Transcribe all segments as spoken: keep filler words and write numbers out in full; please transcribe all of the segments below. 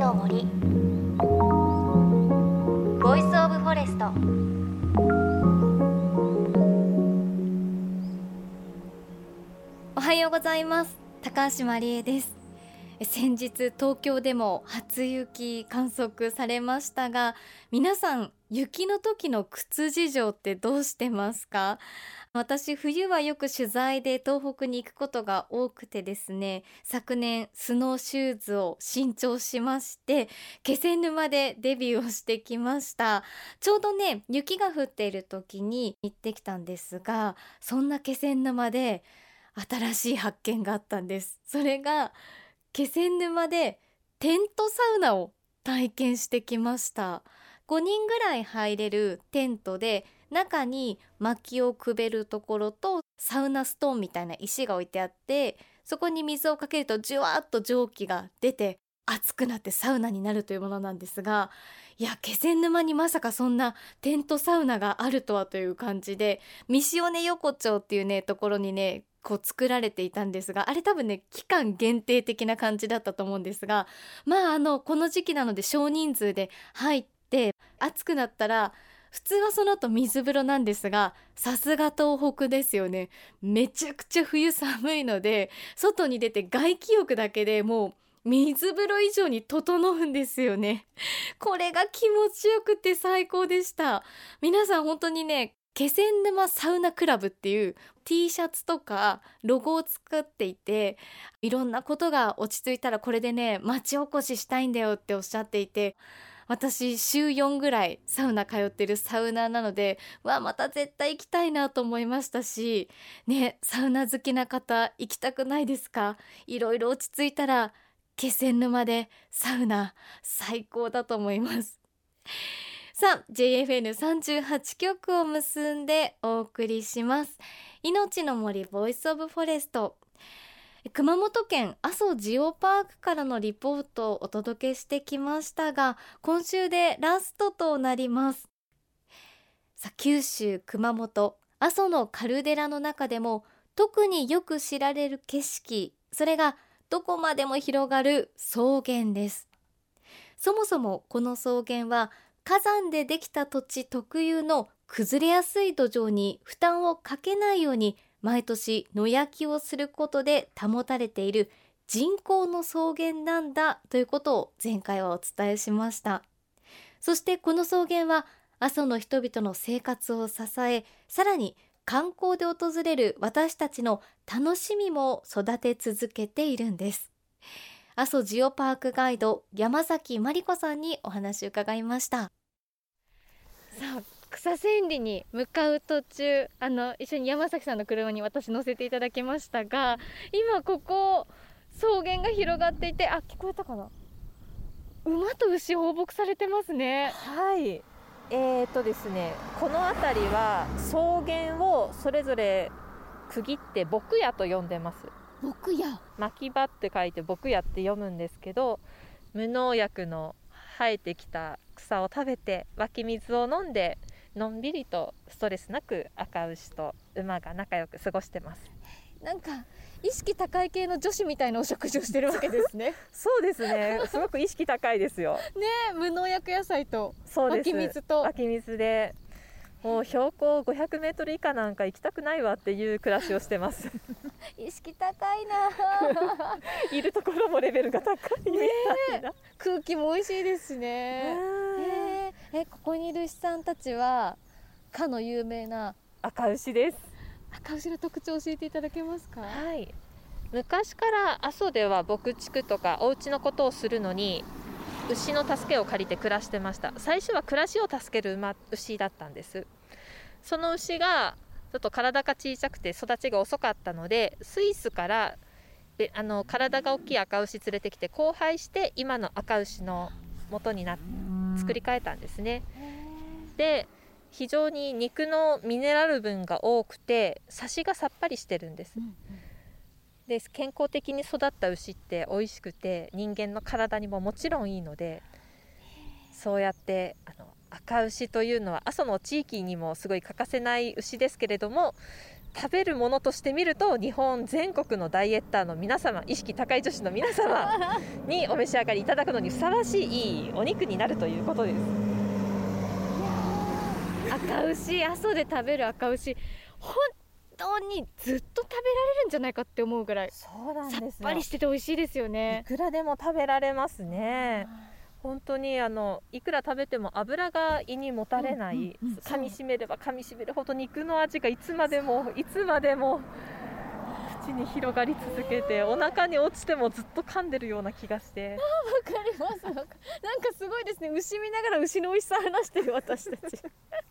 の森ボイスオブフォレスト。おはようございます。高橋真理恵です。先日東京でも初雪観測されましたが、皆さん雪の時の靴事情ってどうしてますか？私冬はよく取材で東北に行くことが多くてですね、昨年スノーシューズを新調しまして気仙沼でデビューをしてきました。ちょうどね雪が降っている時に行ってきたんですが、そんな気仙沼で新しい発見があったんです。それが気仙沼でテントサウナを体験してきました。ごにんぐらい入れるテントで、中に薪をくべるところとサウナストーンみたいな石が置いてあって、そこに水をかけるとじゅわっと蒸気が出て熱くなってサウナになるというものなんですが、いや気仙沼にまさかそんなテントサウナがあるとはという感じで、三塩根横丁っていうねところにねこう作られていたんですが、あれ多分ね期間限定的な感じだったと思うんですが、まああのこの時期なので少人数で入って暑くなったら普通はその後水風呂なんですが、さすが東北ですよね。めちゃくちゃ冬寒いので外に出て外気浴だけでもう水風呂以上に整うんですよね。これが気持ちよくて最高でした。皆さん本当にね気仙沼サウナクラブっていう T シャツとかロゴを作っていて、いろんなことが落ち着いたらこれでね町おこししたいんだよっておっしゃっていて、私週よんぐらいサウナ通ってるサウナーなので、わまた絶対行きたいなと思いましたしね、サウナ好きな方行きたくないですか？いろいろ落ち着いたら気仙沼でサウナ最高だと思います。さあ ジェイエフエヌさんじゅうはち 局を結んでお送りします。命の森ボイスオブフォレスト。熊本県阿蘇ジオパークからのリポートをお届けしてきましたが、今週でラストとなります。さあ九州熊本阿蘇のカルデラの中でも特によく知られる景色、それがどこまでも広がる草原です。そもそもこの草原は火山でできた土地特有の崩れやすい土壌に負担をかけないように毎年野焼きをすることで保たれている人工の草原なんだということを前回はお伝えしました。そしてこの草原は阿蘇の人々の生活を支え、さらに観光で訪れる私たちの楽しみも育て続けているんです。阿蘇ジオパークガイド山崎真理子さんにお話を伺いました。さあ草千里に向かう途中、あの一緒に山崎さんの車に私乗せていただきましたが、今ここ草原が広がっていて、あ、聞こえたかな、馬と牛放牧されてますね。 はい、えーとですねこの辺りは草原をそれぞれ区切って牧野と呼んでます。 牧野、 牧場って書いて牧野って読むんですけど、無農薬の生えてきた草を食べて湧き水を飲んでのんびりとストレスなく赤牛と馬が仲良く過ごしてます。 なんか意識高い系の女子みたいなお食事をしてるわけですね。 そうですね、すごく意識高いですよ。 ね、無農薬野菜とそうです、 湧き水と湧き水でもう標高ごひゃくメートル以下なんか行きたくないわっていう暮らしをしてます意識高いないるところもレベルが高いみたいな、 空気も美味しいですしね。えー、えここにいる牛さんたちはかの有名な赤牛です。 赤牛の特徴を教えていただけますか？ はい、昔から阿蘇では牧畜とかお家のことをするのに牛の助けを借りて暮らしてました。最初は暮らしを助ける馬牛だったんです。その牛がちょっと体が小さくて育ちが遅かったので、スイスからあの体が大きい赤牛連れてきて交配して今の赤牛の元にな作り変えたんですね。で非常に肉のミネラル分が多くてサシがさっぱりしてるんです、うんうん、で健康的に育った牛って美味しくて人間の体にももちろんいいので、そうやってあの赤牛というのは阿蘇の地域にもすごい欠かせない牛ですけれども、 食べるものとして見ると日本全国のダイエッターの皆様、意識高い女子の皆様にお召し上がりいただくのにふさわしいいいお肉になるということです。 赤牛、阿蘇で食べる赤牛、本当にずっと食べられるんじゃないかって思うぐらいそうなんですよ。 さっぱりしてて美味しいですよね。 いくらでも食べられますね。本当にあのいくら食べても油が胃にもたれない、うんうんうん、噛みしめれば噛みしめるほど肉の味がいつまでもいつまでも口に広がり続けて、お腹に落ちてもずっと噛んでるような気がして。 わかります。なんかすごいですね。牛見ながら牛の美味しさ話してる私たちすごい。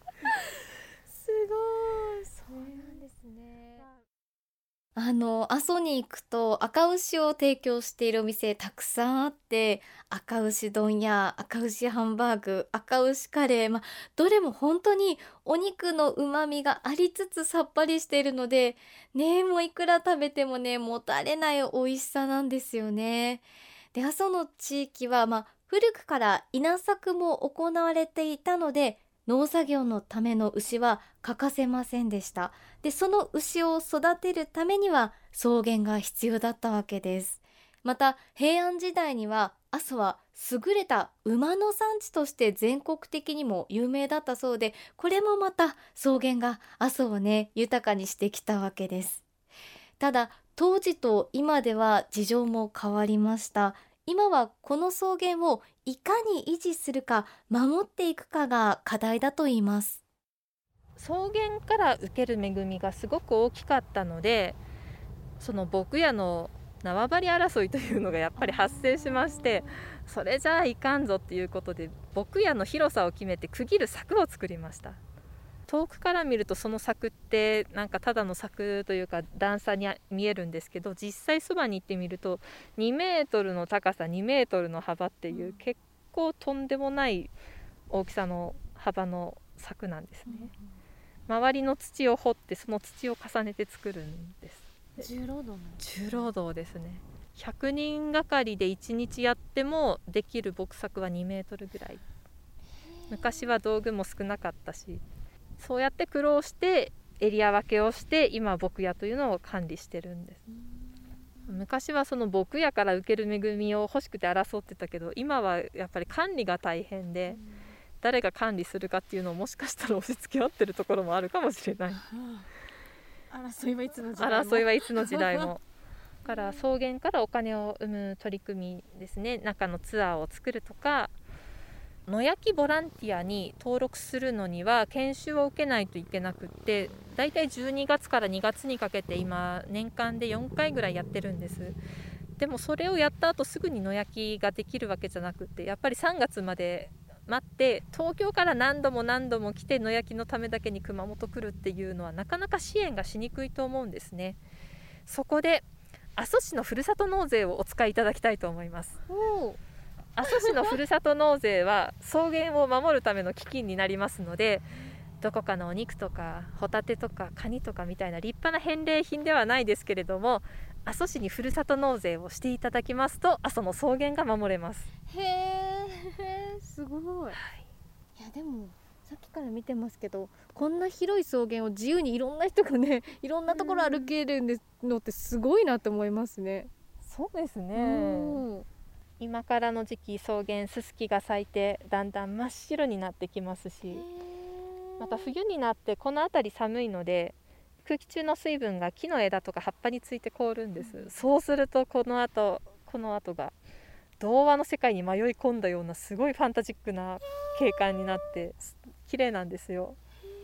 そうなんですね。あの阿蘇に行くと赤牛を提供しているお店たくさんあって、赤牛丼や赤牛ハンバーグ、赤牛カレー、まあ、どれも本当にお肉のうまみがありつつさっぱりしているのでね、もういくら食べてもねもたれない美味しさなんですよね。で、阿蘇の地域は、まあ、古くから稲作も行われていたので農作業のための牛は欠かせませんでした。で、その牛を育てるためには草原が必要だったわけです。また平安時代には阿蘇は優れた馬の産地として全国的にも有名だったそうで、これもまた草原が阿蘇をね豊かにしてきたわけです。ただ当時と今では事情も変わりました。今はこの草原をいかに維持するか守っていくかが課題だと言います。 草原から受ける恵みがすごく大きかったので、その牧野の縄張り争いというのがやっぱり発生しまして、それじゃあいかんぞっていうことで牧野の広さを決めて区切る柵を作りました。遠くから見るとその柵ってなんかただの柵というか段差に見えるんですけど、実際そばに行ってみるとにメートルの高さにメートルの幅っていう結構とんでもない大きさの幅の柵なんですね。周りの土を掘ってその土を重ねて作るんです。 重労働重労働ですね。ひゃくにんがかりでいちにちやってもできる牧柵はにメートルぐらい。昔は道具も少なかったし、そうやって苦労してエリア分けをして今牧野というのを管理してるんです。昔はその牧野から受ける恵みを欲しくて争ってたけど、今はやっぱり管理が大変で、誰が管理するかっていうのをもしかしたら押し付け合ってるところもあるかもしれない。 争いはいつの時代も争いはいつの時代もだから草原からお金を生む取り組みですね。中のツアーを作るとか、野焼きボランティアに登録するのには研修を受けないといけなくって、だいたいじゅうにがつからにがつにかけて今年間でよんかいぐらいやってるんです。でもそれをやった後すぐに野焼きができるわけじゃなくて、やっぱりさんがつまで待って東京から何度も何度も来て野焼きのためだけに熊本来るっていうのはなかなか支援がしにくいと思うんですね。そこで阿蘇市のふるさと納税をお使いいただきたいと思います。阿蘇市のふるさと納税は草原を守るための基金になりますので、どこかのお肉とかホタテとかカニとかみたいな立派な返礼品ではないですけれども、阿蘇市にふるさと納税をしていただきますと阿蘇の草原が守れます。 へえ、すごい、はい、いやでもさっきから見てますけど、こんな広い草原を自由にいろんな人がねいろんなところ歩けるのってすごいなと思いますね。 そうですね。今からの時期草原ススキが咲いてだんだん真っ白になってきますし、また冬になってこの辺り寒いので空気中の水分が木の枝とか葉っぱについて凍るんです、うん、そうするとこの後この後が童話の世界に迷い込んだようなすごいファンタジックな景観になって綺麗なんですよ。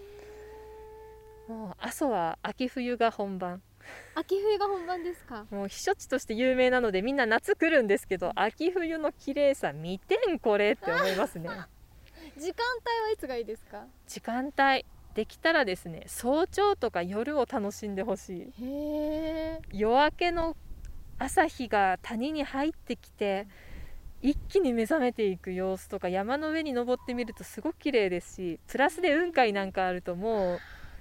もう阿蘇は秋冬が本番。 秋冬が本番ですか。 もう避暑地として有名なのでみんな夏来るんですけど、秋冬の綺麗さ見てんこれって思いますね。 時間帯はいつがいいですか。 時間帯できたらですね、早朝とか夜を楽しんでほしい。 へー、 夜明けの朝日が谷に入ってきて一気に目覚めていく様子とか、山の上に登ってみるとすごく綺麗ですし、プラスで雲海なんかあるともう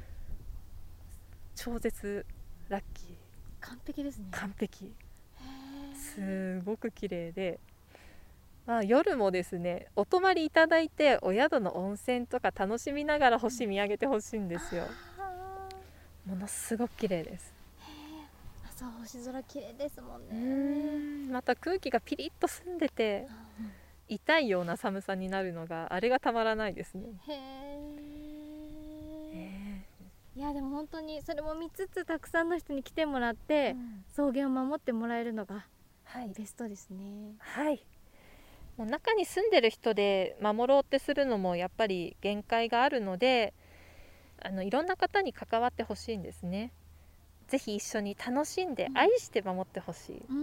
超絶ラッキー。 完璧ですね。 完璧。すごく綺麗で、まあ、夜もですねお泊まりいただいてお宿の温泉とか楽しみながら星見上げてほしいんですよ。 ものすごく綺麗です。 朝星空綺麗ですもんね。 うーん、また空気がピリッと澄んでて、痛いような寒さになるのがあれがたまらないですね。 へえ。いやでも本当にそれも見つつ、たくさんの人に来てもらって、うん、草原を守ってもらえるのがベストですね。 はい、はい、もう中に住んでる人で守ろうってするのもやっぱり限界があるので、あのいろんな方に関わってほしいんですね。ぜひ一緒に楽しんで愛して守ってほしい、うんうん、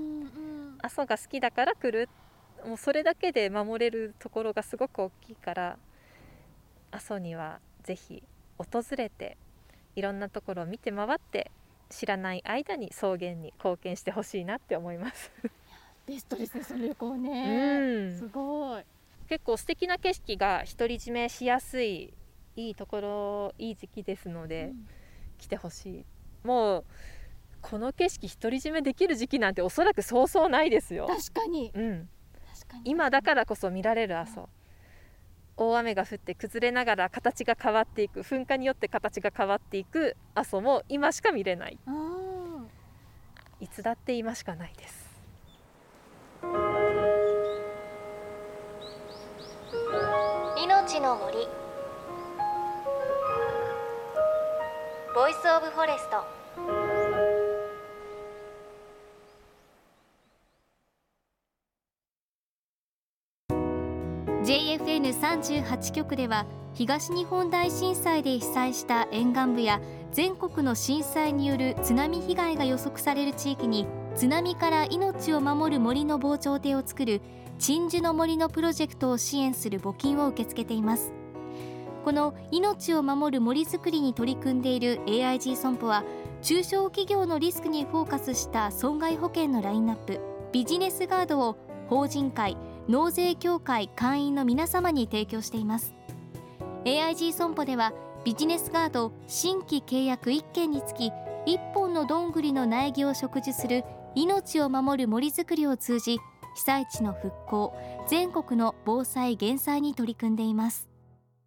阿蘇が好きだから来る、もうそれだけで守れるところがすごく大きいから、阿蘇にはぜひ訪れていろんなところを見て回って、知らない間に草原に貢献してほしいなって思いますベストですね、その旅行ね、うん、すごい。 結構素敵な景色が独り占めしやすいいいところ、いい時期ですので、うん、来てほしい。もうこの景色独り占めできる時期なんておそらくそうそうないですよ。 確かに、 うん、確かに今だからこそ見られる阿蘇、うん、大雨が降って崩れながら形が変わっていく、噴火によって形が変わっていく阿蘇も今しか見れない。いつだって今しかないです。 命の森、ボイスオブフォレスト。ジェイエフエヌさんじゅうはち 局では、東日本大震災で被災した沿岸部や全国の震災による津波被害が予測される地域に、津波から命を守る森の防潮堤を作る鎮守の森のプロジェクトを支援する募金を受け付けています。この命を守る森づくりに取り組んでいる エーアイジー 損保は、中小企業のリスクにフォーカスした損害保険のラインナップ、ビジネスガードを法人会、納税協会会員の皆様に提供しています。 エーアイジー 損保では、ビジネスガード新規契約いっけんにつきいっぽんのどんぐりの苗木を植樹する命を守る森づくりを通じ、被災地の復興、全国の防災減災に取り組んでいます。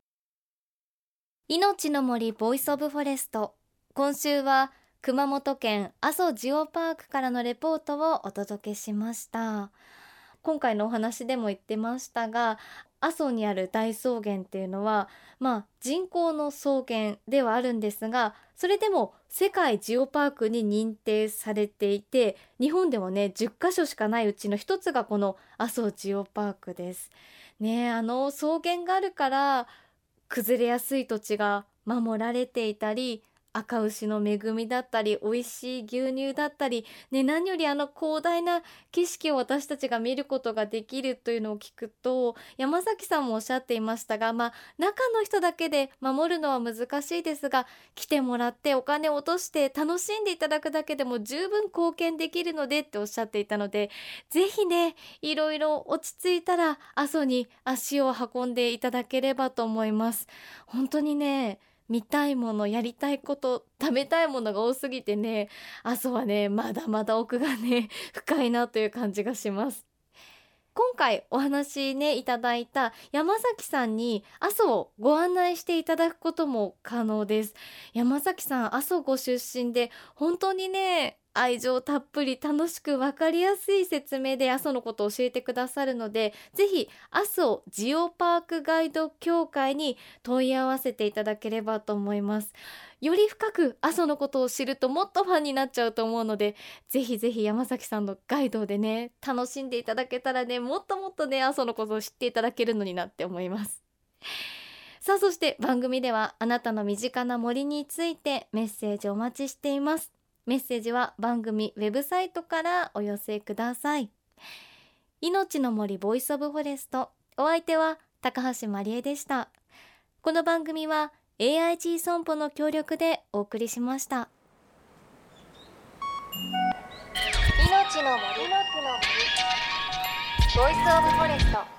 命の森ボイスオブフォレスト、今週は熊本県阿蘇ジオパークからのレポートをお届けしました。今回のお話でも言ってましたが、阿蘇にある大草原っていうのは、まあ人工の草原ではあるんですが、それでも世界ジオパークに認定されていて、日本でもねじゅっかしょしかないうちの一つがこの阿蘇ジオパークですね。あの草原があるから崩れやすい土地が守られていたり、赤牛の恵みだったり、美味しい牛乳だったり、ね、何よりあの広大な景色を私たちが見ることができるというのを聞くと、山崎さんもおっしゃっていましたが、まあ中の人だけで守るのは難しいですが、来てもらってお金を落として楽しんでいただくだけでも十分貢献できるのでっておっしゃっていたので、ぜひね、いろいろ落ち着いたら阿蘇に足を運んでいただければと思います。本当にね、見たいもの、やりたいこと、食べたいものが多すぎてね、阿蘇はねまだまだ奥がね深いなという感じがします。今回お話ねいただいた山崎さんに阿蘇をご案内していただくことも可能です。山崎さん、阿蘇ご出身で、本当にね愛情たっぷり楽しく分かりやすい説明で阿蘇のことを教えてくださるので、ぜひ阿蘇ジオパークガイド協会に問い合わせていただければと思います。より深く阿蘇のことを知るともっとファンになっちゃうと思うので、ぜひぜひ山崎さんのガイドでね楽しんでいただけたらね、もっともっとね阿蘇のことを知っていただけるのになって思います。さあ、そして番組ではあなたの身近な森についてメッセージお待ちしています。メッセージは番組ウェブサイトからお寄せください。命の森ボイスオブフォレスト、お相手は高橋まりえでした。この番組は エーアイジー 損保の協力でお送りしました。命の森ボイスオブフォレスト。